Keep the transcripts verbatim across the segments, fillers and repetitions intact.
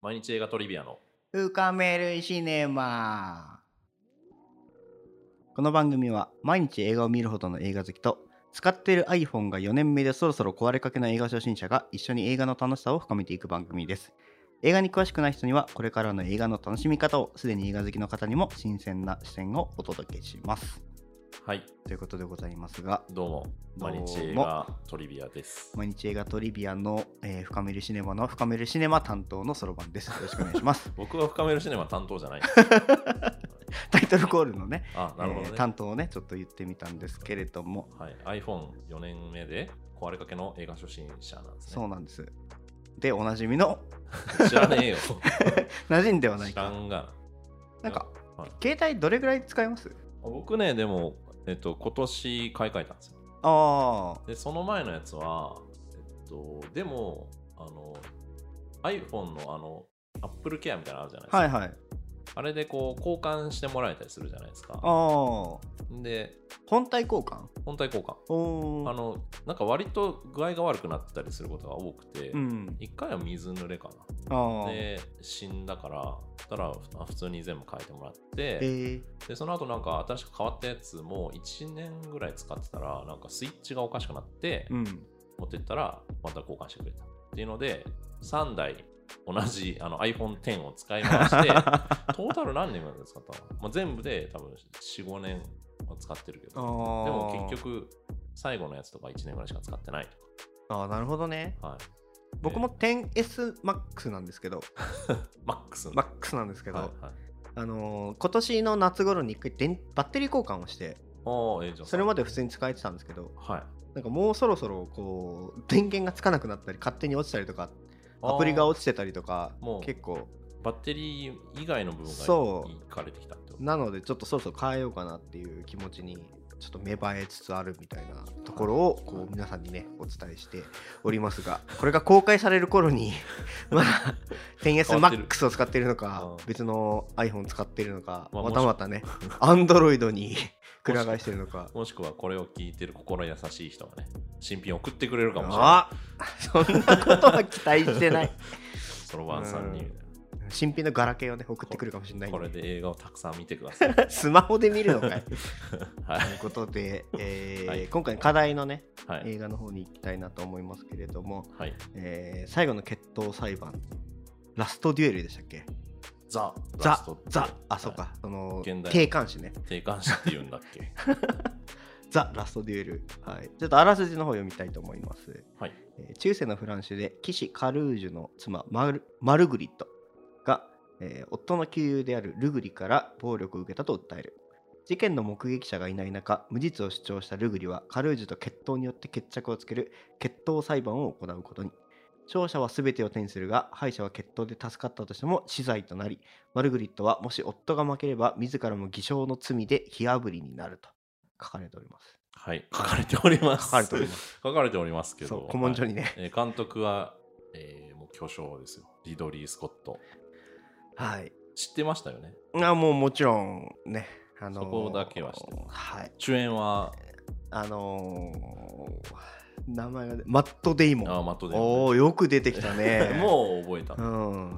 毎日映画トリビアの深めるシネマ。この番組は毎日映画を見るほどの映画好きと使っている iPhone がよねんめでそろそろ壊れかけの映画初心者が一緒に映画の楽しさを深めていく番組です。映画に詳しくない人にはこれからの映画の楽しみ方を、すでに映画好きの方にも新鮮な視点をお届けします。 はい、 ということでございますが、 どうもどうも毎日映画トリビアです。 毎日映画トリビアの、えー深めるシネマの深めるシネマ担当のそろばんです。よろしくお願いします。 僕は深めるシネマ担当じゃないタイトルコールのね、 あ、なるほどね、 えー担当をねちょっと言ってみたんですけれども、 はい、アイフォンよねんめで壊れかけの映画初心者なんですね。 そうなんです。で、おなじみの知らねえよ馴染んではない知らかんがなんか、 はい、 携帯どれぐらい使います？ 僕ね、でも、えっと、今年買い替えたんですよ。 あで、その前のやつは、えっと、でもあの iPhone のあの Apple Care みたいなのあるじゃないですか。 はいはい。 あれでこう交換してもらえたりするじゃないですか。 ああ、 で、 本体交換？ 本体交換。 おあのなんか割と具合が悪くなったりすることが多くて、 うん、 一回は水濡れかな。 あで、死んだから、たら普通に全部変えてもらって、 えー、 でその後なんか新しく変わったやつもいちねんぐらい使ってたら、なんかスイッチがおかしくなって、 うん、 持ってったらまた交換してくれたっていうので、さんだい同じあの アイフォンテン を使い回してトータル何年ぐらい使ったの、まあ、全部で多分 よん,ご 年は使ってるけど、でも結局最後のやつとかいちねんぐらいしか使ってないとか。ああ、なるほどね。 か、はい、 僕も テンエスマックス なんですけどマックスマックスなんですけど、 はいはい、 あのー、今年の夏頃に一回電バッテリー交換をして、 おー、えー、じゃあそれまで普通に使えてたんですけど、 はい、 なんかもうそろそろこう電源がつかなくなったり勝手に落ちたりとか、アプリが落ちてたりとか、 もう結構バッテリー以外の部分がそういかれてきたってこと。 なので、ちょっとそろそろ変えようかなっていう気持ちにちょっと芽生えつつあるみたいなところをこう皆さんにねお伝えしておりますが、これが公開される頃にまだ テンエスマックス を使っているのか、別の iPhone 使っているのか、 まあ、 またまたね Android にくら替えしてるのか、 もしくはこれを聞いてる心優しい人がね、新品送ってくれるかもしれない。 あそんなことは期待してないそろばんさんに新品のガラケーをね送ってくるかもしれないんで、 これで映画をたくさん見てくださいスマホで見るのかいはい、 ということで、えーはい、 今回課題のね、 はい、 映画の方に行きたいなと思いますけれども、 はい、 えー最後の決闘裁判、ラストデュエルでしたっけ？ ザ・ザラスト・ザあ、そうか、その定冠詞ね、 定冠詞って言うんだっけザ・ラストデュエル、はい、ちょっとあらすじの方読みたいと思います、 はい、 えー中世のフランスで騎士カルージュの妻マルマルグリットが、えー夫の旧友であるルグリから暴力を受けたと訴える。事件の目撃者がいない中、無実を主張したルグリはカルージュと決闘によって決着をつける決闘裁判を行うことに。勝者は全てを手にするが、敗者は決闘で助かったとしても死罪となり、マルグリットはもし夫が負ければ自らも偽証の罪で火あぶりになると書かれております。 はい、書かれております書かれております書かれておりますけど、 そう、古文書にね、 はい、えー監督は、えー、もう巨匠ですよ、リドリー・スコット。 はい、 知ってましたよね。 あ、もうもちろんね、あのー、 そこだけは知ってます。 はい、 主演はあのー、名前がマット・デイモン。 あ、マット・デイモン、 おお、よく出てきたねもう覚えた、 うん、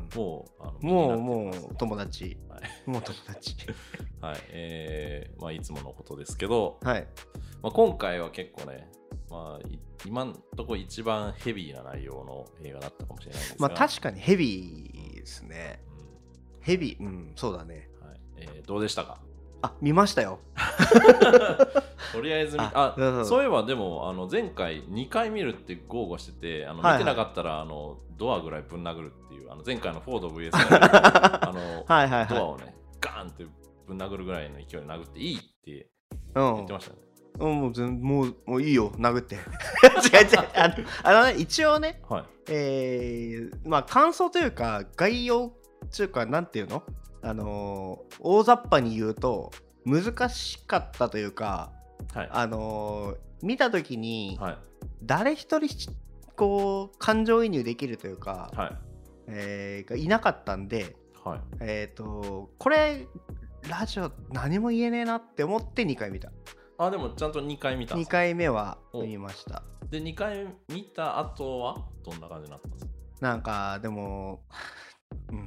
もうあのもうもう友達、 はい、 もう友達はい、えー、まあいつものことですけど、 はい、 まあ、今回は結構ね、まあ、今んとこ一番ヘビーな内容の映画だったかもしれないですが、 まあ確かにヘビーですね、うん、ヘビー、うん、そうだね、 はい、えー、どうでしたか？ あ、見ましたよとりあえず見ああそういえばでもあの前回にかい見るって豪語してて、あの、はいはい、見てなかったらあのドアぐらいぶん殴るっていう、あの前回のフォード ブイエス あのはいはい、はい、ドアをねガーンってぶん殴るぐらいの勢いで殴っていいって言ってましたね。 うん、もう全もうもういいよ殴って違う違うあのあの、ね、一応ね、はい、えー、まあ感想というか概要というかなんていうの、あのー、大雑把に言うと難しかったというか、はい、あのー、見た時に誰一人こう感情移入できるというか、はい、えー、がいなかったんで、はい、えーとこれラジオ何も言えねえなって思ってにかい見た。 あ、でもちゃんとにかい見たんですか？ にかいめは見ました。 でにかい見た後はどんな感じになったんですか？ なんかでも、うん、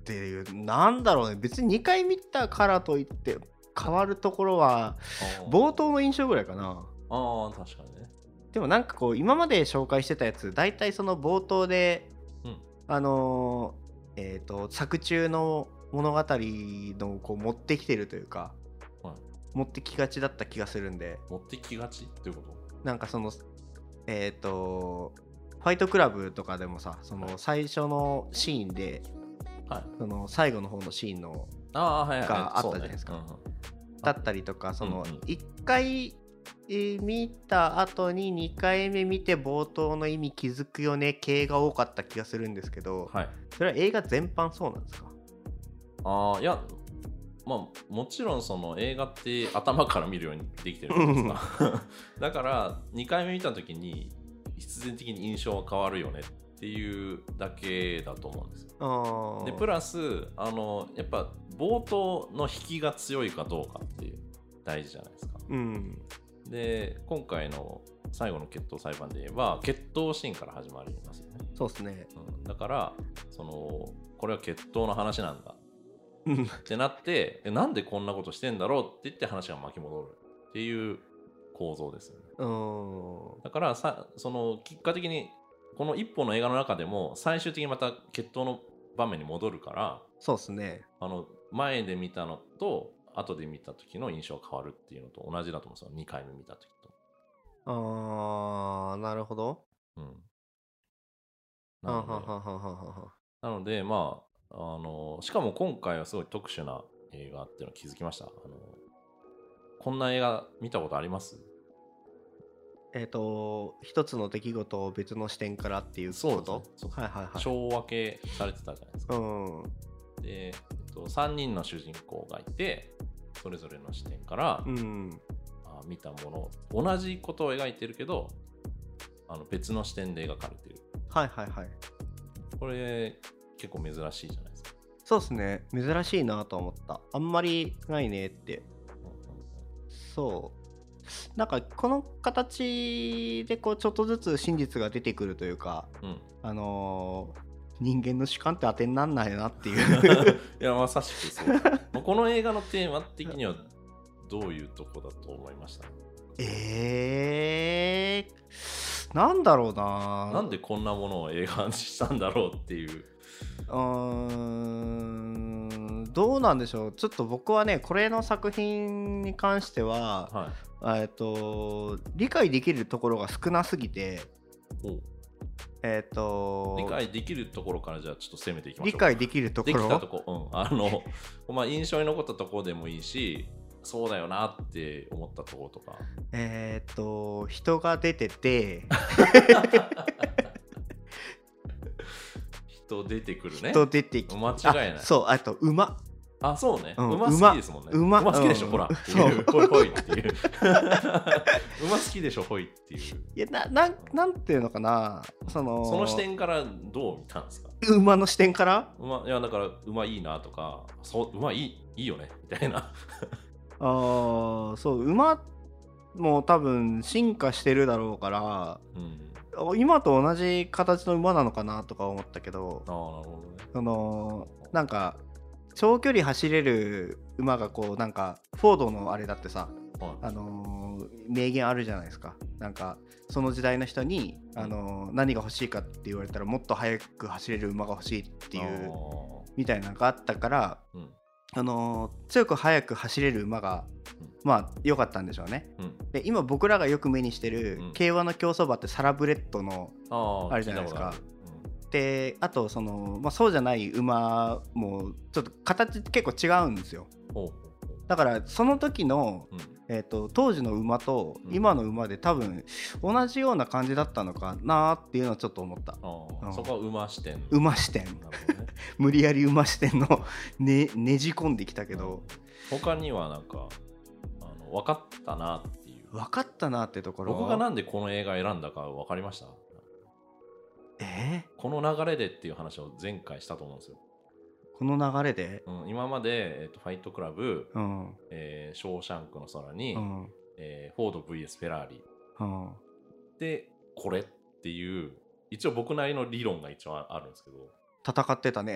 っていうなんだろうね別ににかい見たからといって変わるところは冒頭の印象ぐらいかな。 ああ確かにね。 でもなんかこう今まで紹介してたやつ大体その冒頭で、うん、あのー、えっ、ー、と作中の物語のこう持ってきてるというか、はい、持ってきがちだった気がするんで。 持ってきがちっていうこと？ なんかそのえっ、ー、とファイトクラブとかでもさその最初のシーンで、はい、その最後の方のシーンのあ、はいはい、 があったじゃないですか、ねうんうん、だったりとかそのいっかい見た後ににかいめ見て冒頭の意味気づくよね系が多かった気がするんですけど、はい、それは映画全般そうなんですか？ ああいやまあもちろんその映画って頭から見るようにできてるんですかだからにかいめ見た時に必然的に印象は変わるよねっていうだけだと思うんですよ。でプラスあのやっぱ冒頭の引きが強いかどうかっていう大事じゃないですか、うん、で今回の最後の決闘裁判で言えば決闘シーンから始まりますよね。 そうですね、 うん、だからそのこれは決闘の話なんだってなってなんでこんなことしてんだろうって言って話が巻き戻るっていう構造ですよね。うんだからさその結果的にこの一本の映画の中でも最終的にまた決闘の場面に戻るからそうですねあの前で見たのと後で見た時の印象が変わるっていうのと同じだと思うんですよにかいめ見た時と。 あーなるほど、うん、 なのでなのでまああのしかも今回はすごい特殊な映画っていうの気づきました。あのこんな映画見たことあります？ えっ、ー、と一つの出来事を別の視点からっていうこと？ そう、はいはいはい、章分けされてたじゃないですか、うん、で、えっと、さんにんの主人公がいてそれぞれの視点から、うん、あ見たもの同じことを描いてるけどあの別の視点で描かれてる。 はいはいはい。これ結構珍しいじゃないですか。 そうですね珍しいなと思った。あんまりないねって、うん、そうなんかこの形でこうちょっとずつ真実が出てくるというか、うん、あのー、人間の主観って当てになんないなっていういやまさしくそうこの映画のテーマ的にはどういうとこだと思いました？ えー、なんだろうななんでこんなものを映画にしたんだろうっていう。 うーんどうなんでしょう。ちょっと僕はねこれの作品に関しては、はい、えっと理解できるところが少なすぎてえっと理解できるところからじゃあちょっと攻めていきましょう。 理解できるところできたとこ、うん、あのまあ印象に残ったところでもいいしそうだよなって思ったところとかえっと人が出てて人出てくるね。 人出てき間違いない。 そうあと馬あそうね、うん、馬好きですもんね。馬, 馬好きでしょ、うん、ほらっていうほいほいっていう馬好きでしょほいっていう。 いや な, な, なんていうのかなそのその視点からどう見たんですか？ 馬の視点から馬いやだから馬いいなとかそう馬いいいいよねみたいなあそう馬も多分進化してるだろうから、うん、今と同じ形の馬なのかなとか思ったけどあなるほど、ね、そのなんか長距離走れる馬がこうなんかフォードのあれだってさ、はい、あのー、名言あるじゃないですか。なんかその時代の人に、あのー、何が欲しいかって言われたらもっと速く走れる馬が欲しいっていうみたいなのがあったから、うん、あのー、強く速く走れる馬が、うん、まあ良かったんでしょうね、うん、で今僕らがよく目にしてる、うん、競馬の競走馬ってサラブレッドのあれじゃないですか。であとその、まあ、そうじゃない馬もちょっと形結構違うんですよ。だからその時の、うんえー、と当時の馬と今の馬で多分同じような感じだったのかなっていうのはちょっと思った。 あ、うん、そこは馬視点馬視点、ね、無理やり馬視点の ね, ねじ込んできたけど、 うん、他にはなんかあの分かったなっていう分かったなってところ僕がなんでこの映画選んだか分かりました？ えー、 この流れでっていう話を前回したと思うんですよ。 この流れで、 うん、今まで、えーと、ファイトクラブ、うんえー、ショーシャンクの空に、うんえー、フォード ブイエス フェラーリ、うん、でこれっていう一応僕なりの理論が一応あるんですけど戦ってたね。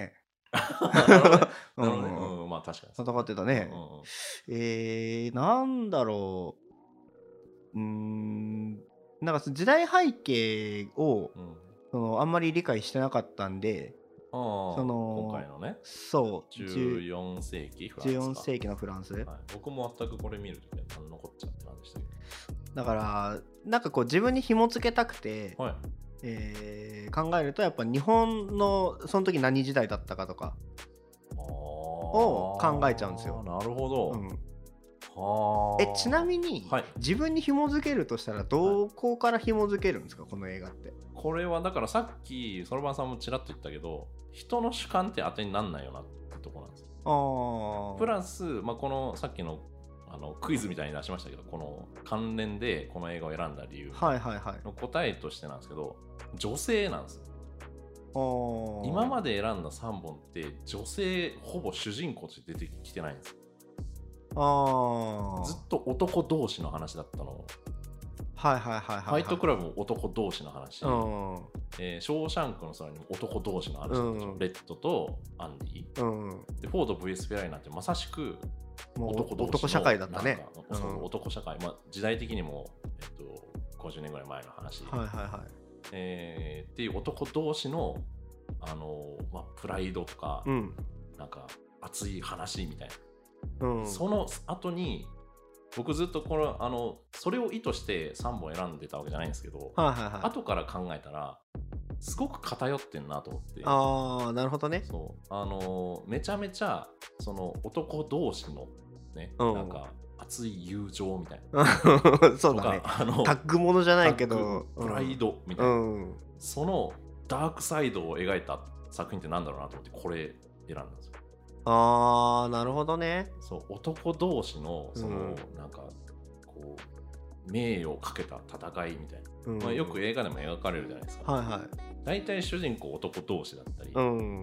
なるほどね。なるほどね。うん、まあ確かに。 戦ってたね。うんうん、えー、なんだろう。うーん、なんか時代背景を、うん、そのあんまり理解してなかったんで、 あその今回のね、 そうじゅうよんせいきフランスか。じゅうよんせいきのフランス、はい、 僕も全くこれ見るときは何のこっちゃって感じでしたけど、だからなんかこう自分に紐付けたくて、はい、えー、考えるとやっぱ日本のその時何時代だったかとかを考えちゃうんですよ。 なるほど、うん、 はえちなみに、はい、自分に紐付けるとしたらどこから紐付けるんですか、この映画って。 これはだからさっきそろばんさんもちらっと言ったけど、人の主観って当てになんないよなってとこなんですよ。あプラス、まあ、このさっきのあのクイズみたいに出しましたけど、この関連でこの映画を選んだ理由の答えとしてなんですけど、女性なんですよ。今まで選んださんぼんって女性ほぼ主人公として出てきてないんですよ。あずっと男同士の話だったの。 はいはいはいはい、はい、 ファイトクラブも男同士の話、えー、ショーシャンクの空にも男同士の話だったでしょ、うん、レッドとアンディ、うん、でフォード ブイエス フェライナってまさしく男同士の男社会だったね。 そう、うん、男社会、まあ、時代的にも、えっと、ごじゅうねんぐらい前の話、はいはいはい、えー、っていう男同士の、あのーまあ、プライドとか、うん、なんか熱い話みたいな、うん、その後に僕ずっとこのあのそれを意図してさんぼん選んでたわけじゃないんですけど、はいはいはい、後から考えたらすごく偏ってんなと思って。 ああ、なるほどね。 そうあのめちゃめちゃその男同士のね、うん、なんか熱い友情みたいなそうだね、あのタッグものじゃないけどプライドみたいな、うん、そのダークサイドを描いた作品ってなんだろうなと思ってこれ選んだんですよ。 あー、なるほどね。 そう男同士のその、うん、なんかこう名誉をかけた戦いみたいな、うんまあ、よく映画でも描かれるじゃないですか。はいはい。大体主人公男同士だったり、うん、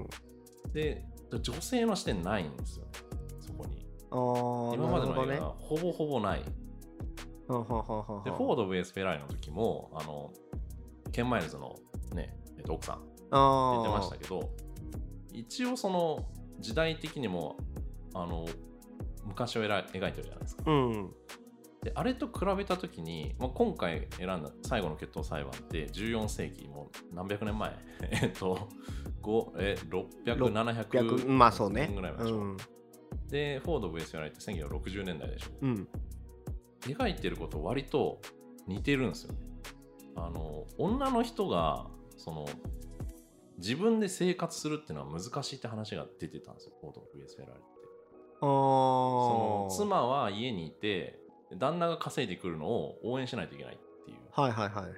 で女性の視点ないんですよね、そこに。あ今までの映画はほぼほぼない。でフォード ブイエス フェラーリの時もあのケン・マイルズのね、えっと、奥さん出てましたけど、一応その時代的にもあの昔を描いてるじゃないですか、うん、であれと比べた時に、まあ、今回選んだ最後の決闘裁判ってじゅうよんせいき、もう何百年前えっとえろっぴゃく、ななひゃくねんぐらい前でしょ、うん、でフォード ブイエス フェラーリってせんきゅうひゃくろくじゅうねんだいでしょ、うん、描いてること割と似てるんですよね。あの女の人がその自分で生活するっていうのは難しいって話が出てたんですよ、フォード ブイエス フェラーリって。あその妻は家にいて旦那が稼いでくるのを応援しないといけないっていう。はいはいはい。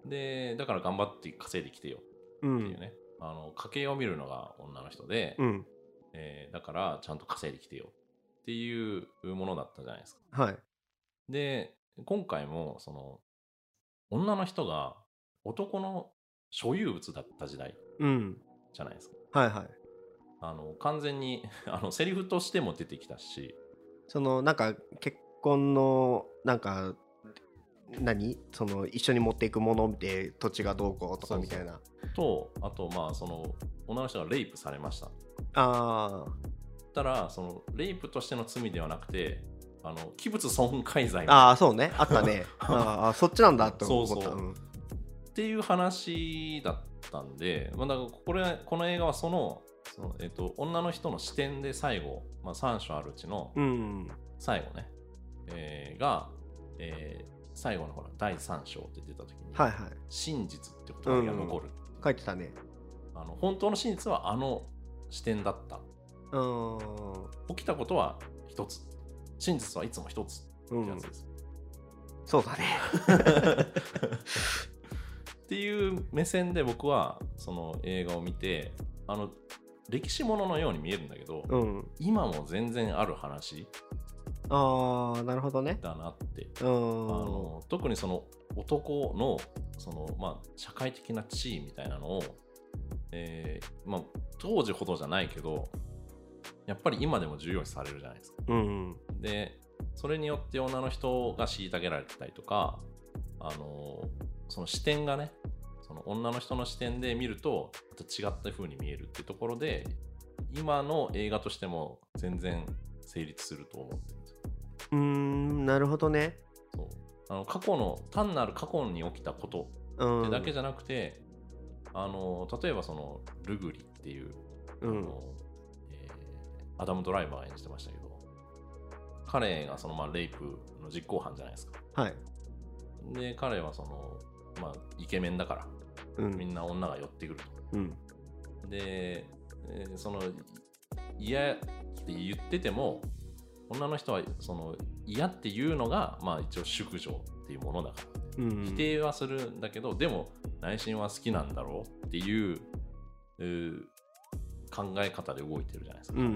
でだから頑張って稼いできてよっていうね、うん、あの家計を見るのが女の人で、うんえー、だからちゃんと稼いできてよっていうものだったじゃないですか。はい。で今回もその女の人が男の所有物だった時代じゃないですか、うん、はいはい。あの完全にあのセリフとしても出てきたし、 そのなんか結婚のなんか何その一緒に持っていくもので土地がどうこうとかみたいな。 そうそうとあとまあその女の人がレイプされました。 ああ。 たらそのレイプとしての罪ではなくてあの器物損壊罪。 ああそうね、あったねああそっちなんだって思った。そうそう、 うん、っていう話だったんで、まあ、だからこれこの映画はそのその、えー、と女の人の視点で最後、まあ、さん章あるうちの最後ね、うんえー、が、えー、最後のほらだいさん章って出た時に、はいはい、真実って言葉が残る、 うん、書いてたね。 あの本当の真実はあの視点だった。うん起きたことは一つ、真実はいつも一つってやつです、 うん、そうだねっていう目線で僕はその映画を見て、あの歴史もののように見えるんだけど、うん、今も全然ある話あーなるほどねだなって、うん、あの特にその男のその、まあ、社会的な地位みたいなのを、えーまあ、当時ほどじゃないけどやっぱり今でも重要視されるじゃないですか、うん、でそれによって女の人が虐げられてたりとか、あのその視点がね、その女の人の視点で見るとまた違った風に見えるっていうところで今の映画としても全然成立すると思ってるんですよ。 うーん、なるほどね。 そうあの過去の単なる過去に起きたことってだけじゃなくて、うん、あの例えばそのルグリっていう、うん、あのえー、アダム・ドライバーが演じてましたけど、彼がそのまあレイプの実行犯じゃないですか。 はい。 で彼はその、まあ、イケメンだから、うん、みんな女が寄ってくると。うん、で、えー、その嫌って言ってても女の人はその嫌っていうのがまあ一応淑女っていうものだから、うん、否定はするんだけどでも内心は好きなんだろうっていう、うー考え方で動いてるじゃないですか。うん、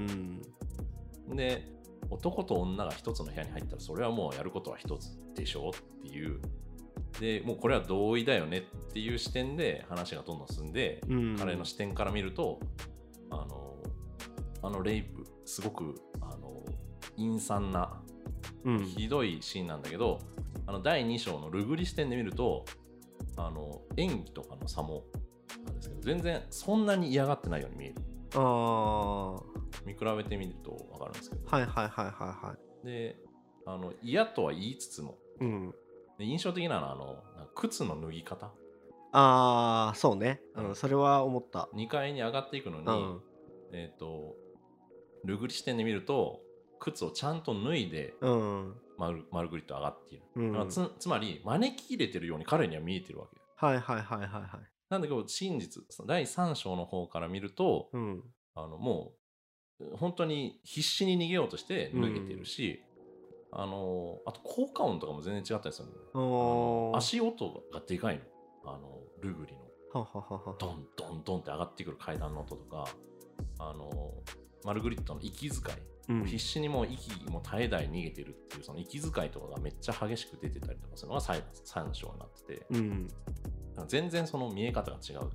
で男と女が一つの部屋に入ったらそれはもうやることは一つでしょっていうでもうこれは同意だよねっていう視点で話がどんどん進んで、うん、彼の視点から見るとあのあのレイプすごくあの陰惨な、うん、ひどいシーンなんだけどあのだいに章のルグリ視点で見るとあの演技とかの差もなんですけど全然そんなに嫌がってないように見える。あ見比べてみると分かるんですけど、 はいはいはいはいはい。 であの嫌とは言いつつも、うん、で印象的なのはあの靴の脱ぎ方。 ああそうね、うん、それは思った。 にかいに上がっていくのに、うん、えっ、ー、とルグリ視点で見ると靴をちゃんと脱いで、うん、マルマルグリット上がっている、うん、つ, つまり招き入れてるように彼には見えてるわけ。 はいはいはいはいはい。 なんだけど真実だいさん章の方から見ると、うん、あのもう本当に必死に逃げようとして脱げてるし、うん、あのあと効果音とかも全然違ったりするの、ね、あの足音がでかいの、あのルグリのははははドンドンドンって上がってくる階段の音とか、あのマルグリットの息遣い、うん、必死にもう息も絶え絶え逃げてるっていうその息遣いとかがめっちゃ激しく出てたりとかするのがさん章になってて、うん、全然その見え方が違う。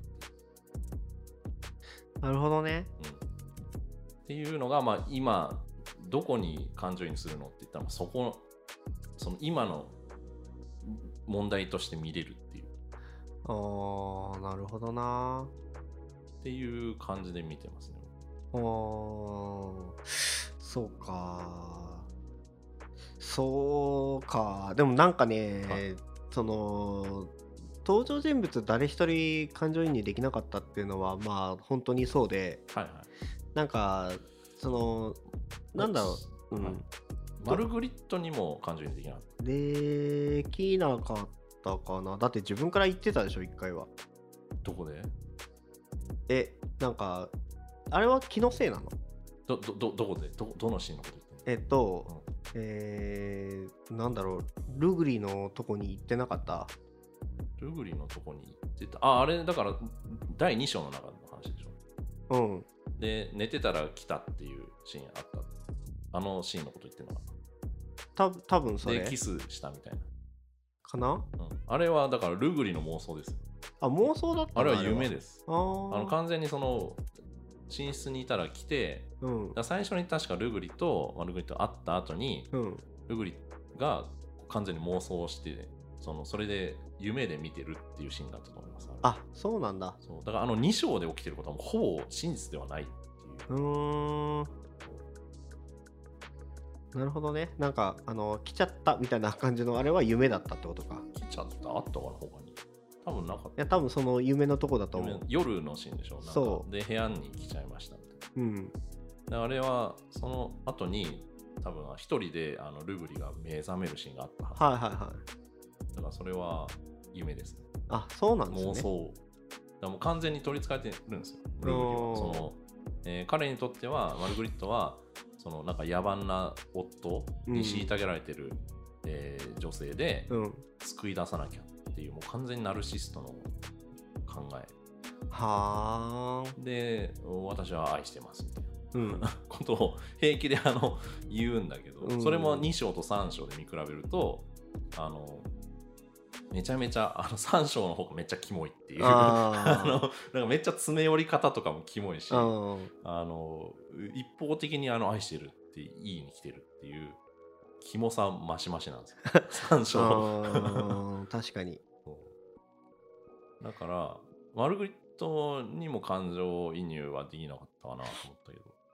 なるほどね、 うん、っていうのがまあ今どこに感情移入するのって言ったらそこその今の問題として見れるっていう。 あーなるほどなっていう感じで見てますね。 あーそうかそうかでもなんかね、はい、その登場人物誰一人感情移入できなかったっていうのはまあ本当にそうで、はいはい、なんかそのなんだろう、うん、 マルグリットにも感情移入できなかった。 できなかったかな。だって自分から言ってたでしょ一回は。 どこで？ えなんかあれは気のせいなの？ どどどどこで ど, どのシーンのこと言ってんの？えっと、うん、えー、なんだろうルグリのとこに行ってなかった？ ルグリのとこに行ってた。ああれだからだいに章の中の話でしょ。うん。で寝てたら来たっていうシーンあった。あのシーンのこと言ってんのかな。 た多分それでキスしたみたいなかな、うん、 あれはだからルグリの妄想です。 あ妄想だったの？ あれは夢です。ああの完全にその寝室にいたら来て、うん、だ最初に確かルグリとルグリと会った後に、うん、ルグリが完全に妄想をしてそのそれで夢で見てるっていうシーンだったと思います。 あそうなんだ。 そうだからあのに章で起きてることはもうほぼ真実ではないっていう。うーんなるほどね。なんかあの来ちゃったみたいな感じのあれは夢だったってことか。 来ちゃったあったかな他に。多分なかった。いや多分その夢のとこだと思う。 夜のシーンでしょ。なんかそうで部屋に来ちゃいましたみたいな。うん。であれはその後に多分一人であのルグリが目覚めるシーンがあったはず。 はいはいはい。 だからそれは夢ですね。 あそうなんですね。 妄想。だからもう完全に取り憑かれてるんですよ。ルグリはその、えー、彼にとってはマルグリットはそのなんか野蛮な夫に虐げられてる、うんえー、女性で救い出さなきゃっていうもう完全にナルシストの考えはーで私は愛してますみたいな、うん、ことを平気であの言うんだけど、うん、それもに章とさん章で見比べるとあのめちゃめちゃあのさん章の方がめっちゃキモいっていうああのなんかめっちゃ詰め寄り方とかもキモいしあの一方的にあの愛してるって言いに来てるっていうキモさマシマシなんですよさん章確かにだからマルグリットにも感情移入はできなかったかなと思ったけど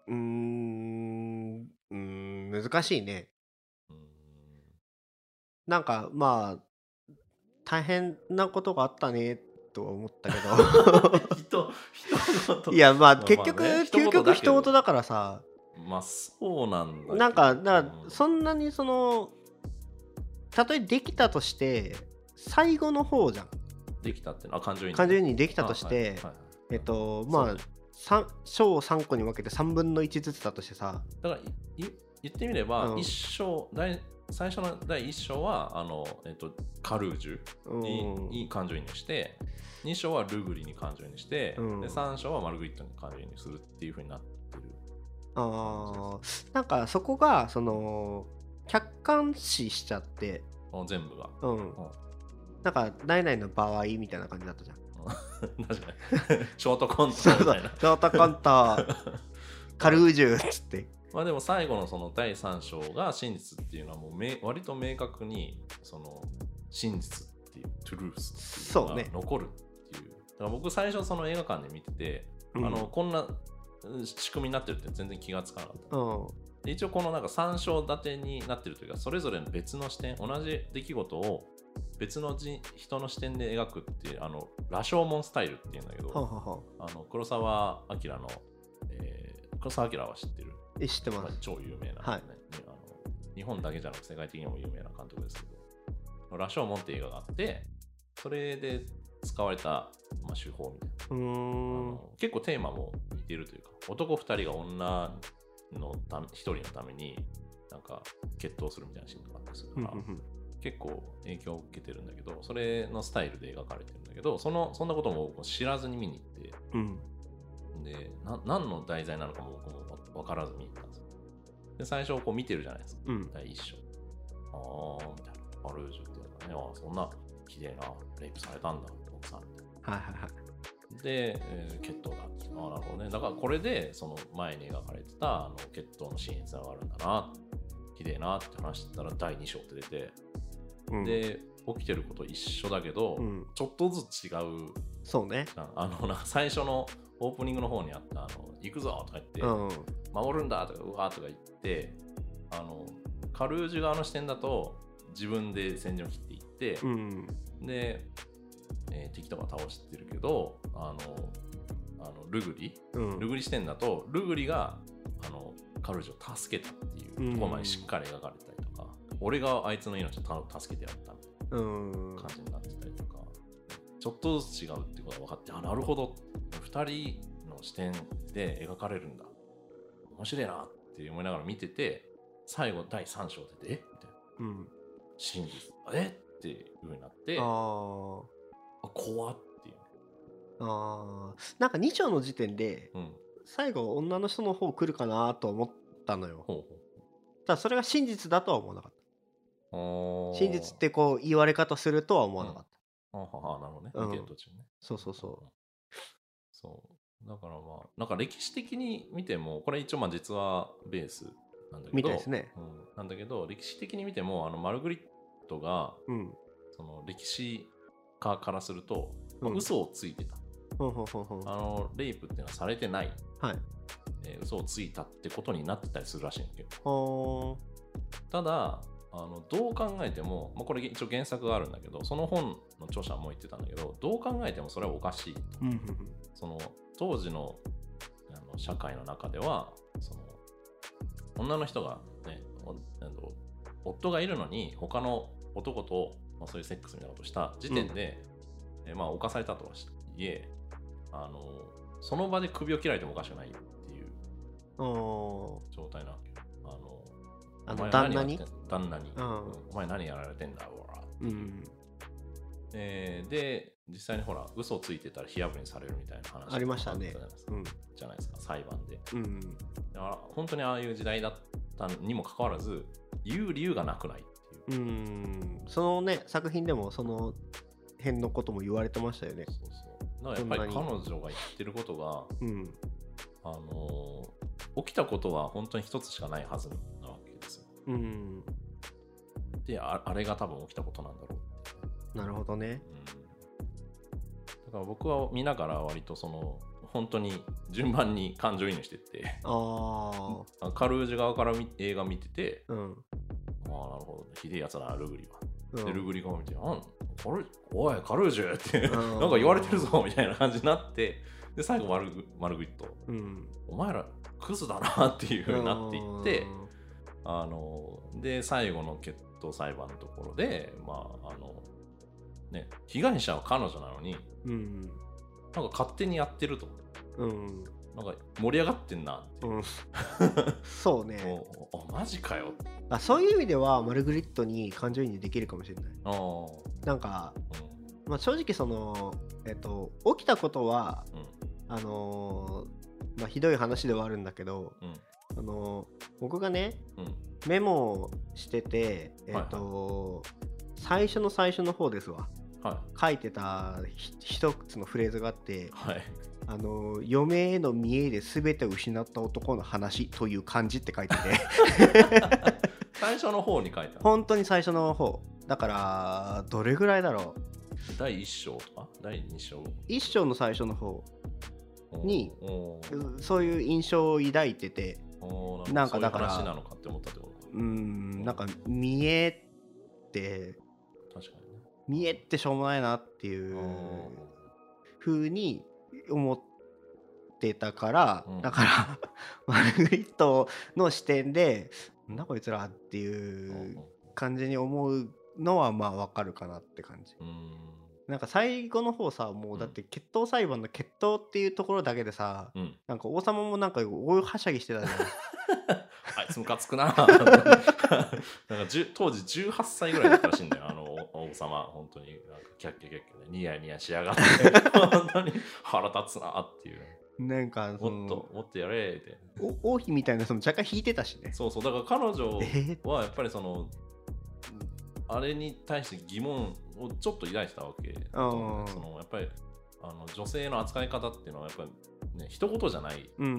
うーん、うーん難しいね。うーんなんかまあ大変なことがあったねとは思ったけど人人事いやまあまあ結局、 まあね、 究極人事人事だからさ、 まあそうなんだけどなんかだからうんそんなにそのたとえできたとして最後の方じゃん。 できたってのは感情移入感情移入できたとしあはいて、 はいえっとまあそうねさん章さんこに分けてさんぶんのいちずつだとしてさ、 だからいい言ってみれば、 うん一章第最初の第一章はあの、えっと、カルージュに,、 うんに感情移入してに章はルグリに感情移入して、 うんでさん章はマルグリットに感情移入するっていう風になってる。 あーなんかそこがその客観視しちゃって、 あ全部が。 うんうんなんか何々の場合みたいな感じだったじゃん。 確かにショートコントそうそうみたいな。 ショートコントカルージュっつってまあでも最後のそのだいさん章が真実っていうのはもうめ割と明確にその真実っていうトゥルースっていうのが残るっていう。だから僕最初その映画館で見てて、 うんあのこんな仕組みになってるって全然気がつかなかった。 うんで一応このなんかさん章立てになってるというか、それぞれの別の視点、同じ出来事を別の人人の視点で描くっていう、あの羅生門スタイルっていうんだけど、 はあはあはあの黒澤明の、えー、黒澤明は知ってる、 え知ってます、 まあ、超有名な、ねはいあの日本だけじゃなく世界的にも有名な監督ですけど、羅生門っていう映画があって、それで使われた、まあ、手法みたいな、 うーんあの結構テーマも似てるというか、男ふたりが女のたひとりのためになんか決闘するみたいなシーンとかあったりするから、結構影響を受けてるんだけど、それのスタイルで描かれてるんだけど、そのそんなことも知らずに見に行って、 うん、 でな何の題材なのかも僕も分からず見に行ったんですよ。で最初こう見てるじゃないですか、 うん、 第一章。ああみたいな、バルージュっていうのはね、あそんな綺麗なレイプされたんだ奥さんみたいな。 はいはいはい。 で、えー、決闘だ。ああなるほどね。だからこれでその前に描かれてたあの決闘のシーンにつながるんだな、綺麗なって話してたらだいに章って出て、うん、で起きてること一緒だけど、うん、ちょっとずつ違う。 そうね。 あのなんか最初のオープニングの方にあったあの行くぞとか言って、うん、守るんだとかうわーとか言ってあのカルージュ側の視点だと自分で戦場に切っていって、うん、で、えー、敵とか倒してるけどあのあのルグリ、うん、ルグリ視点だとルグリがあのカルージュを助けたっていうところまでしっかり描かれたりとか、うん、俺があいつの命を助けてやったみたいな感じになってたりとか、ちょっとずつ違うってことが分かって、あなるほどふたりの視点で描かれるんだ、面白いなって思いながら見てて、最後だいさん章でえみたいな、うん、真実えっていう風になって、ああ怖っていう、 あなんかに章の時点で、うん、最後女の人の方来るかなと思ったのよ。ほうほう、ただそれが真実だとは思わなかった。真実ってこう言われ方するとは思わなかった。 うん、ああなるほどね、うん、見てる途中ね。 そうそうそう、 そうだからまあなんか歴史的に見てもこれ一応まあ実はベースなんだけど、 みたいですね、 うん、なんだけど歴史的に見てもあのマルグリットが、うん、その歴史家からすると、まあ、嘘をついてた、うん、あのレイプっていうのはされてない、はいえー、嘘をついたってことになってたりするらしいんだけど、ただあのどう考えても、まあ、これ一応原作があるんだけど、その本の著者も言ってたんだけど、どう考えてもそれはおかしいと、うん、その当時のあの社会の中ではその女の人が、ね、夫がいるのに他の男と、まあ、そういうセックスみたいなことをした時点で、うんえまあ、犯されたとはいえあのその場で首を切られてもおかしくないっていう状態なわけ。あのあの旦那に旦那に、うん、お前何やられてんだおらっていう、うんえー、で実際にほら嘘をついてたら火あぶりにされるみたいな話ありましたね、 うん、じゃないですか裁判で、うん、だから本当にああいう時代だったにもかかわらず言う理由がなくないっていう、 うんそのね作品でもその辺のことも言われてましたよね。そうそうだからやっぱり彼女が言ってることが、うん、あのー、起きたことは本当に一つしかないはずなわけですよ、うん、で あ, あれが多分起きたことなんだろう。 なるほどね、 うん、だから僕は見ながら割とその本当に順番に感情移入してってあカルージュ側から映画見てて、うん、ああなるほどひでえやつだなルグリは、うん、でルグリ側見てあカルおいカルージュってなんか言われてるぞみたいな感じになってで最後マルグマルグリット、うん、お前らクズだなっていう風になっていってあので最後の決闘裁判のところでまああのね被害者は彼女なのに、うん、なんか勝手にやってると、うん、なんか盛り上がってんなっていう、うん、 そうねあマジかよあそういう意味ではマルグリットに感情移入できるかもしれないあなんか、うんまあ、正直その、えっと、起きたことは、うんあのーまあ、ひどい話ではあるんだけど、うんあのー、僕がね、うん、メモをしてて、えっとはいはい、最初の最初の方ですわ、はい、書いてた一つのフレーズがあって、はいあの嫁への見栄で全てを失った男の話という漢字って書いてて最初の方に書いた本当に最初の方だからどれぐらいだろうだいいっ章とかだいに章いっ章の最初の方にそういう印象を抱いててなんかだからそういう話なのかって思ったってことうんなんか見栄って確かにね見栄ってしょうもないなっていう風に思ってたから、うん、だからマルグリットの視点でなんだこいつらっていう感じに思うのはまあわかるかなって感じ、うん、なんか最後の方さもうだって決闘裁判の決闘っていうところだけでさ、うん、なんか王様もなんか大はしゃぎしてたじゃんあいつムカつくななんか当時じゅうはっさいぐらいだったらしいんだよあの王様本当になんかキャッキャキャッキャでニヤニヤしやがって本当に腹立つなっていうなんかもっともっとやれって王妃みたいなその若干引いてたしねそうそうだから彼女はやっぱりそのあれに対して疑問をちょっと抱いてたわけそのやっぱりあの女性の扱い方っていうのはやっぱりね一言じゃない、うん、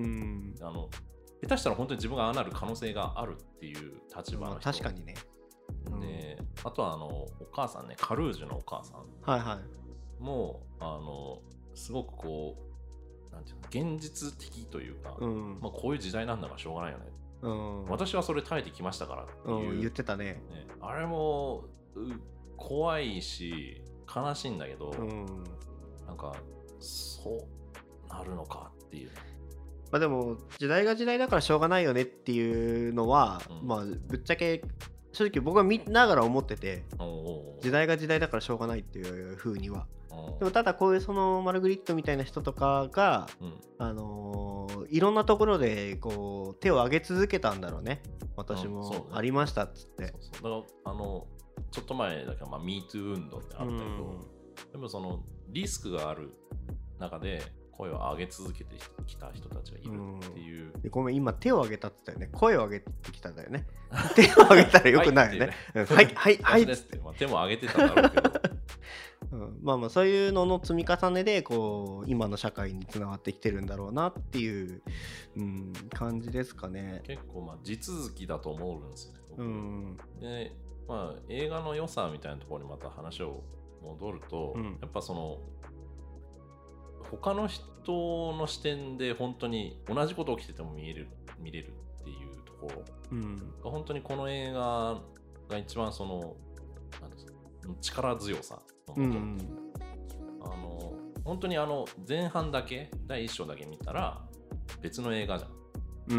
あの下手したら本当に自分がああなる可能性があるっていう立場の人、 まあ、確かにね、 うん、であとはあのお母さんねカルージュのお母さんはいはいもうあのすごくこうなんていうの現実的というか、うんまあ、こういう時代なんだからしょうがないよね、うん、私はそれ耐えてきましたからっていう、 うん、言ってた ね, ねあれも怖いし悲しいんだけど、うん、なんかそうなるのかっていうまあでも時代が時代だからしょうがないよねっていうのは、うん、まあぶっちゃけ正直僕は見ながら思ってて時代が時代だからしょうがないっていう風にはでもただこういうそのマルグリットみたいな人とかが、うん、あのー、いろんなところでこう手を挙げ続けたんだろうね私もありましたっつって、うんそうね、 そうそうだからあのちょっと前だけど、まあ、ミートゥー運動ってあったけど、うん、でもそのリスクがある中で声を上げ続けてきた人たちがいるっていう、 うん、ごめん今手を挙げたって言ったよね声を上げてきたんだよね手を挙げたらよくないよねはいはいはいですって、まあ、手も挙げてたんだろうけどうん、まあまあそういうのの積み重ねでこう今の社会につながってきてるんだろうなっていう、うん、感じですかね。 結構まあ地続きだと思うんですよね、うん、でまあ映画の良さみたいなところにまた話を戻ると、うん、やっぱその他の人の視点で本当に同じこと起きてても見える見れるっていうところが、うん、本当にこの映画が一番そのなんですか力強さのもと、うん、あの本当にあの前半だけだいいっ章だけ見たら別の映画じゃん、うん、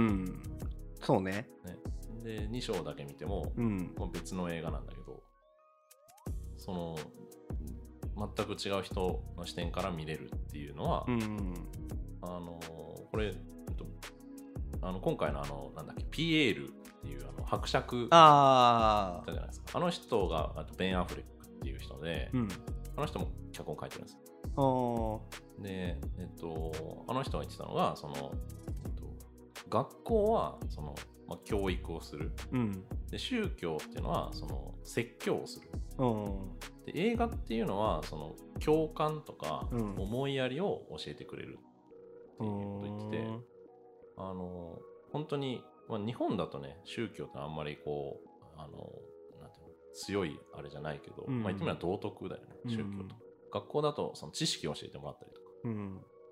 そう ね, ねでに章だけ見ても、うん、もう別の映画なんだけどその全く違う人の視点から見れるっていうのは、うん、あのこれ、えっと、あの今回のあのなんだっけピエールっていうあの伯爵あじゃないですかあの人があとベン・アフレックっていう人で、うん、あの人も脚本書いてるんですよで、えっと、あの人が言ってたのがその、えっと、学校はその、まあ、教育をする、うん、で宗教っていうのはその説教をするで映画っていうのはその共感とか思いやりを教えてくれるっていうことを言ってて、うん、あの本当に、まあ、日本だとね宗教ってあんまりこうあのなんていうの強いあれじゃないけど、うんまあ、言ってみれば道徳だよね宗教と、うん、学校だとその知識を教えてもらったりとか、うん、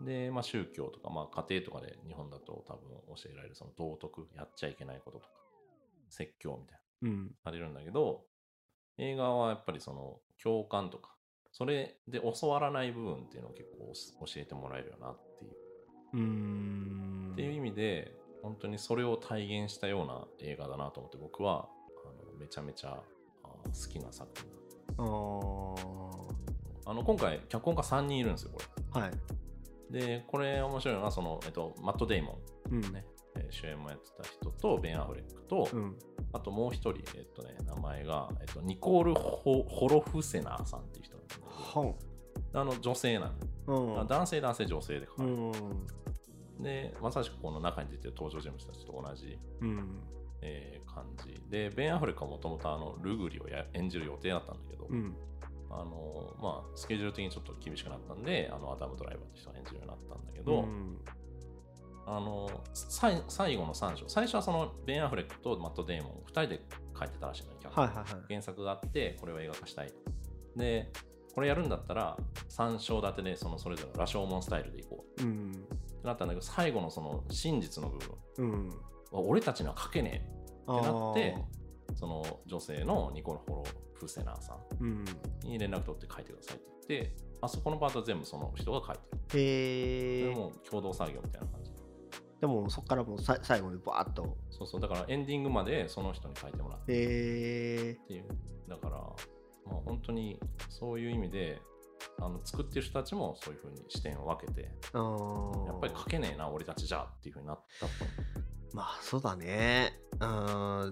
で、まあ、宗教とか、まあ、家庭とかで日本だと多分教えられるその道徳、やっちゃいけないこととか説教みたいな、うん、されるんだけど、映画はやっぱりその共感とかそれで教わらない部分っていうのを結構教えてもらえるよなっていう、うーんっていう意味で本当にそれを体現したような映画だなと思って、僕はあのめちゃめちゃ好きな作品だ。ああの今回脚本家さんにんいるんですよこれ。はい。でこれ面白いのはその、えっと、マット・デイモン、ね、うんえー、主演もやってた人とベン・アフレックと、うん、あともう一人、えっとね、名前が、えっと、ニコール・ホ, ホロフセナーさんっていう人なんだけど、あの女性なんで、うん、男性男性女性で書かれてる、うん、でまさしくこの中に出てる登場人物たちと同じ、うんえー、感じで、ベン・アフレックはもともとルグリをや演じる予定だったんだけど、うんあのまあ、スケジュール的にちょっと厳しくなったんで、あのアダム・ドライバーという人が演じるようになったんだけど、うん、あの最後のさん章、最初はそのベン・アフレックとマット・デイモンふたりで書いてたらしいのに、はいはいはい、原作があってこれを映画化したい。でこれやるんだったらさん章立てでそのそれぞれの羅生門スタイルでいこう、うん、ってなったんだけど、最後のその真実の部分、うん、俺たちには書けねえってなって、その女性のニコル・ホロフセナーさんに連絡取って書いてくださいって言って、あそこのパートは全部その人が書いてる。へー。それも共同作業みたいな感じ。 でもそこからもうさ最後にバーッと。 そうそう、だからエンディングまでその人に書いてもらって。へー。っていう。だから、まあ、本当にそういう意味で、あの作ってる人たちもそういう風に視点を分けて、やっぱり書けねえな俺たちじゃっていう風になったっぽい。 まあそうだね。うん、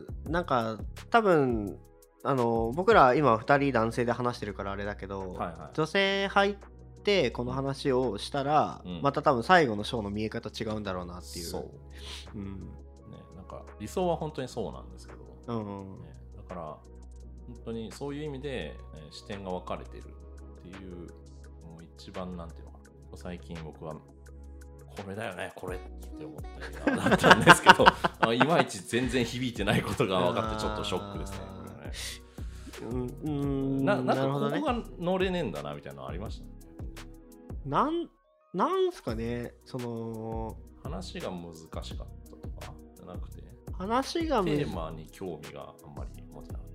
なんか多分あの僕ら今ふたり男性で話してるからあれだけど、はいはい、女性入ってこの話をしたら、うん、また多分最後のショーの見え方違うんだろうなっていう。そう、 うんね、なんか理想は本当にそうなんですけど、うんね、だから本当にそういう意味で、ね、視点が分かれてるっていう、もう一番なんていうのかな、最近僕はこれだよねこれって思った映画だったんですけどいまいち全然響いてないことが分かってちょっとショックですね。うん、な, なんかここが乗れねえんだなみたいなのありましたね。 なんなんすかね、その話が難しかったとかじゃなくて、 話がテーマに興味があんまり持てなかった。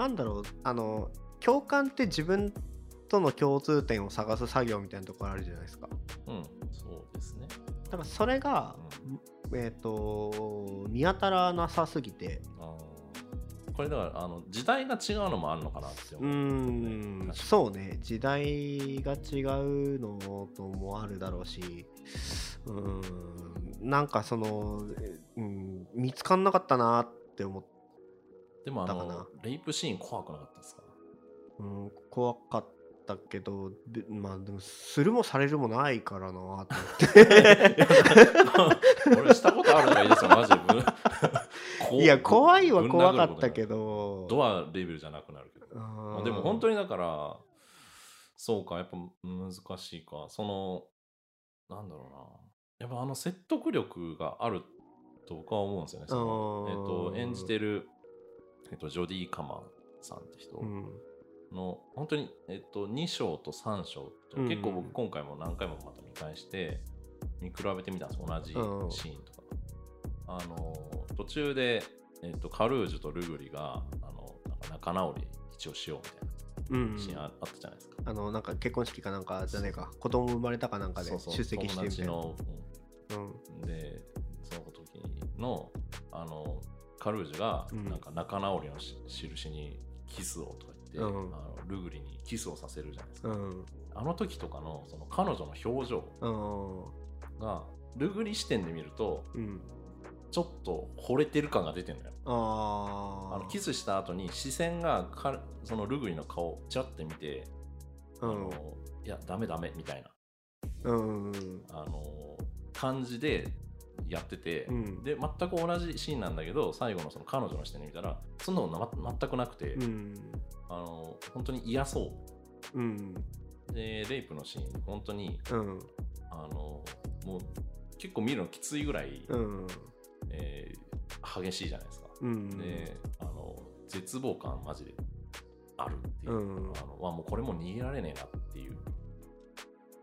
なんだろう、あの共感って自分との共通点を探す作業みたいなところあるじゃないですか。 うん、そうですね。 だからそれが、うん、えっ、ー、と見当たらなさすぎて。あこれだからあの時代が違うのもあるのかなって思う、ね、 うんそうね、時代が違うのともあるだろうし、うんなんかその、うん、見つかんなかったなって思ったかな。 でもあのレイプシーン怖くなかったですか？ うん、怖かったけど、まあでもするもされるもないからなと思って俺したことあるのがいいですよマジでいや怖いは怖かったけど、 ドアレベルじゃなくなるけど、まあ、でも本当にだからそうか、やっぱ難しいか、そのなんだろうな、やっぱあの説得力があると僕は思うんですよね。その、えー、と演じてる、えー、とジョディ・カマーさんって人の、うん、本当に、えー、とに章とさん章と、うん、結構僕今回も何回もまた見返して見比べてみたんです、同じシーンとか。あの途中で、えー、とカルージュとルグリがあのなんか仲直り一応しようみたいなシーン あ,、うん、あったじゃないですか。 あのなんか結婚式かなんかじゃねえか、子供生まれたかなんかで出席してみたいな。そうそう、 友達の、うん、でその時のあのカルージュがなんか仲直りのし、うん、印にキスをとか言って、うん、あのルグリにキスをさせるじゃないですか、うん、あの時とかのその彼女の表情がルグリ視点で見ると、うんちょっと惚れてる感が出てるのよ。ああのキスした後に視線がかそのルグリの顔をチラッて見て、うん、あのいやダメダメみたいな、うん、あの感じでやってて、うん、で全く同じシーンなんだけど最後のその彼女の視点で見たらそんなのな全くなくて、うん、あの本当に嫌そう、うん、でレイプのシーン本当に、うん、あのもう結構見るのきついぐらい、うんえー、激しいじゃないですか、うん、であの絶望感マジであるっていう、うん、あのもうこれも逃げられねえなっていう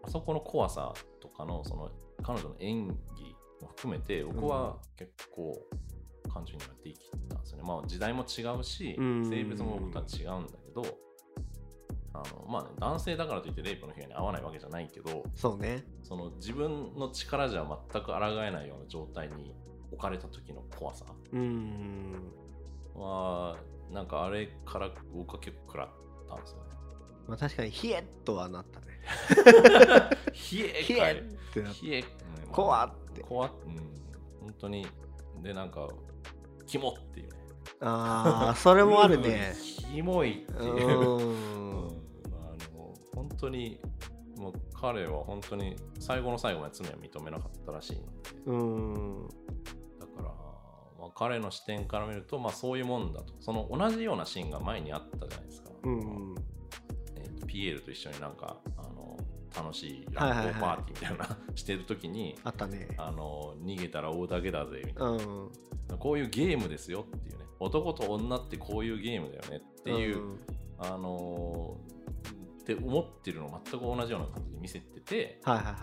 あそこの怖さとかのその彼女の演技も含めて僕は結構感情になっていきたんですよね。まあ時代も違うし性別も僕とは違うんだけど、あのまあね、男性だからといってレイプの被害に遭わないわけじゃないけど、 そうね、 その自分の力じゃ全く抗えないような状態に置かれた時の怖さはなんかあれから僕は結構食らったんですよね。 まあ確かにヒエッとはなったね。 ヒエヒエってなって、怖って怖っ、うん、本当にでなんかキモっていうね。 ああそれもあるね。 キモいっていう。うん、あの本当にもう彼は本当に最後の最後まで罪は認めなかったらしいので。うん。だから、まあ、彼の視点から見るとまあそういうもんだと。その同じようなシーンが前にあったじゃないですか。うん。ピエールと一緒になんかあの楽しい乱交パーティーみたいな、はいはいはい、してる時にあったね。 あの逃げたら大だけだぜみたいな、うん、こういうゲームですよっていうね、男と女ってこういうゲームだよねっていう、うん、あのって思ってるの全く同じような感じで見せてて、はいはいはい、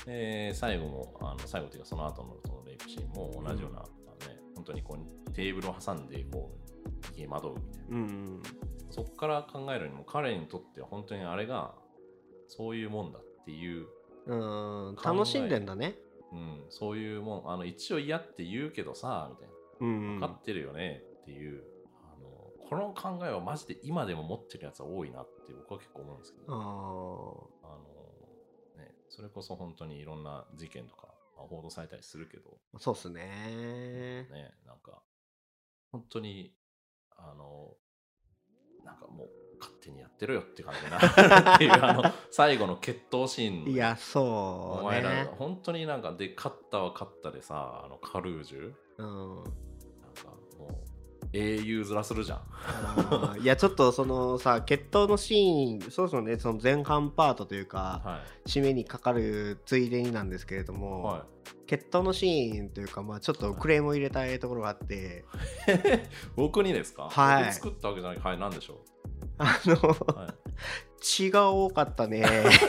で最後もあの最後というかその後のそのレイプシーンも同じような、うんね、本当にこうテーブルを挟んでこう逃げ惑うみたいな、うんうん、そこから考えるにも彼にとっては本当にあれがそういうもんだっていう、 うーん楽しんでんだね、 うん、そういうもん、あの一応嫌って言うけどさみたいな、うんうん、分かってるよねっていう、あのこの考えはマジで今でも持ってるやつは多いなって僕は結構思うんですけど、あ、あの、ね、それこそ本当にいろんな事件とか報道されたりするけど、 そうっすね、 ね、なんか本当にあのなんかもう勝手にやってろよって感じになるっていうあの最後の決闘シーンの、 いやそう、ね、お前ら本当になんかで勝ったは勝ったでさ、あのカルージュ、うん、なんかもう英雄面するじゃん。 いやちょっとそのさ決闘のシーン、そうそうね、その前半パートというか、はい、締めにかかるついでになんですけれども、はい、決闘のシーンというか、まあ、ちょっとクレームを入れたいところがあって、 はい、僕にですか？ はい、 僕作ったわけじゃない。はい、なんでしょう。 あの、はい、血が多かったね。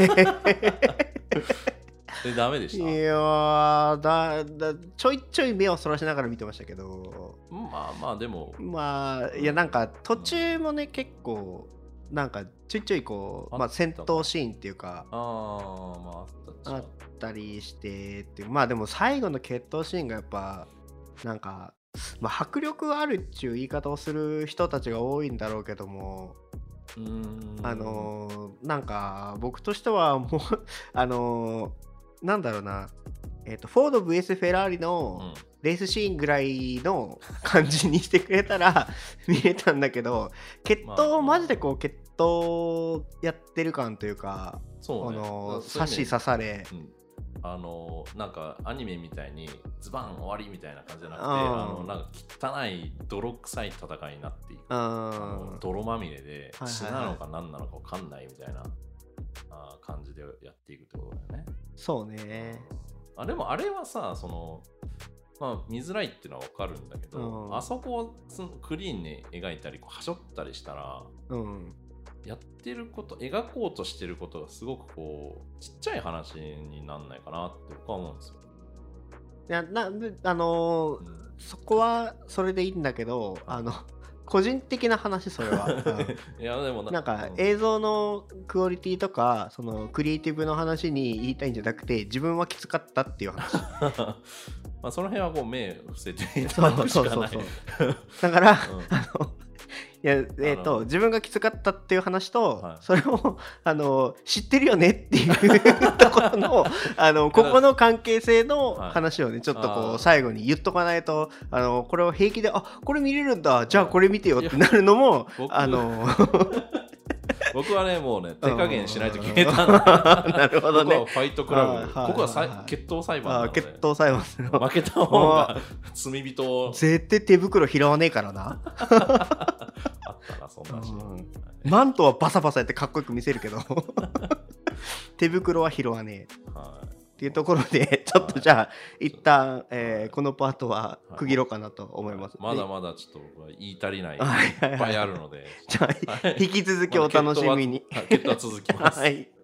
え、ダメでした？ いやだだちょいちょい目をそらしながら見てましたけど、 まあまあでもまあいやなんか途中もね、うん、結構なんかちょいちょいこう、まあ、戦闘シーンっていうか、あ、まあ、あったりしてっていう、まあでも最後の決闘シーンがやっぱなんか、まあ、迫力あるっていう言い方をする人たちが多いんだろうけども、うーん、あのー、なんか僕としてはもうあのー、なんだろうな、えーと、フォード ブイエス フェラーリのレースシーンぐらいの感じにしてくれたら見れたんだけど、決闘マジでこう決闘やってる感というか、そうね、あのー、刺し刺され、うん、 あのなんかアニメみたいにズバン終わりみたいな感じじゃなくて、あのなんか汚い泥臭い戦いになっていく、あの泥まみれで血なのか何なのか分かんないみたいな、あ感じでやっていくってことだよね。 そうね、 うん、あでもあれはさ、そのまあ見づらいっていうのは分かるんだけど、うん、あそこをクリーンに描いたりこうはしょったりしたら、うん、やってること、描こうとしてることがすごくこうちっちゃい話になんないかなって僕は思うんですよ。 いやなあのーうん、そこはそれでいいんだけど、あの個人的な話それは、うん、いやでも な, なんか映像のクオリティとかそのクリエイティブの話に言いたいんじゃなくて、自分はきつかったっていう話。 まあその辺はこう目伏せていただくしかない。 だから、うん、あのいやえー、と自分がきつかったっていう話と、はい、それをあの知ってるよねっていうところのあのここの関係性の話をね、ちょっとこう最後に言っとかないと、あのこれを平気で、あこれ見れるんだ、じゃあこれ見てよってなるのも、あの僕はねもうね手加減しないと決めたんだ。なるほどね。ここはファイトクラブ、ここはさい決闘裁判なので、 決闘裁判負けた方が罪人を絶対手袋拾わねえからな。あったなそんな話、うん、 マントはバサバサやってかっこよく見せるけど手袋は拾わねえ、はい、っていうところでちょっとじゃあ一旦、えー、このパートは区切ろうかなと思います、 はい、まだまだちょっと僕は言い足りない、いっぱいあるのでじゃあ引き続きお楽しみに。 決闘は続きます。 はい。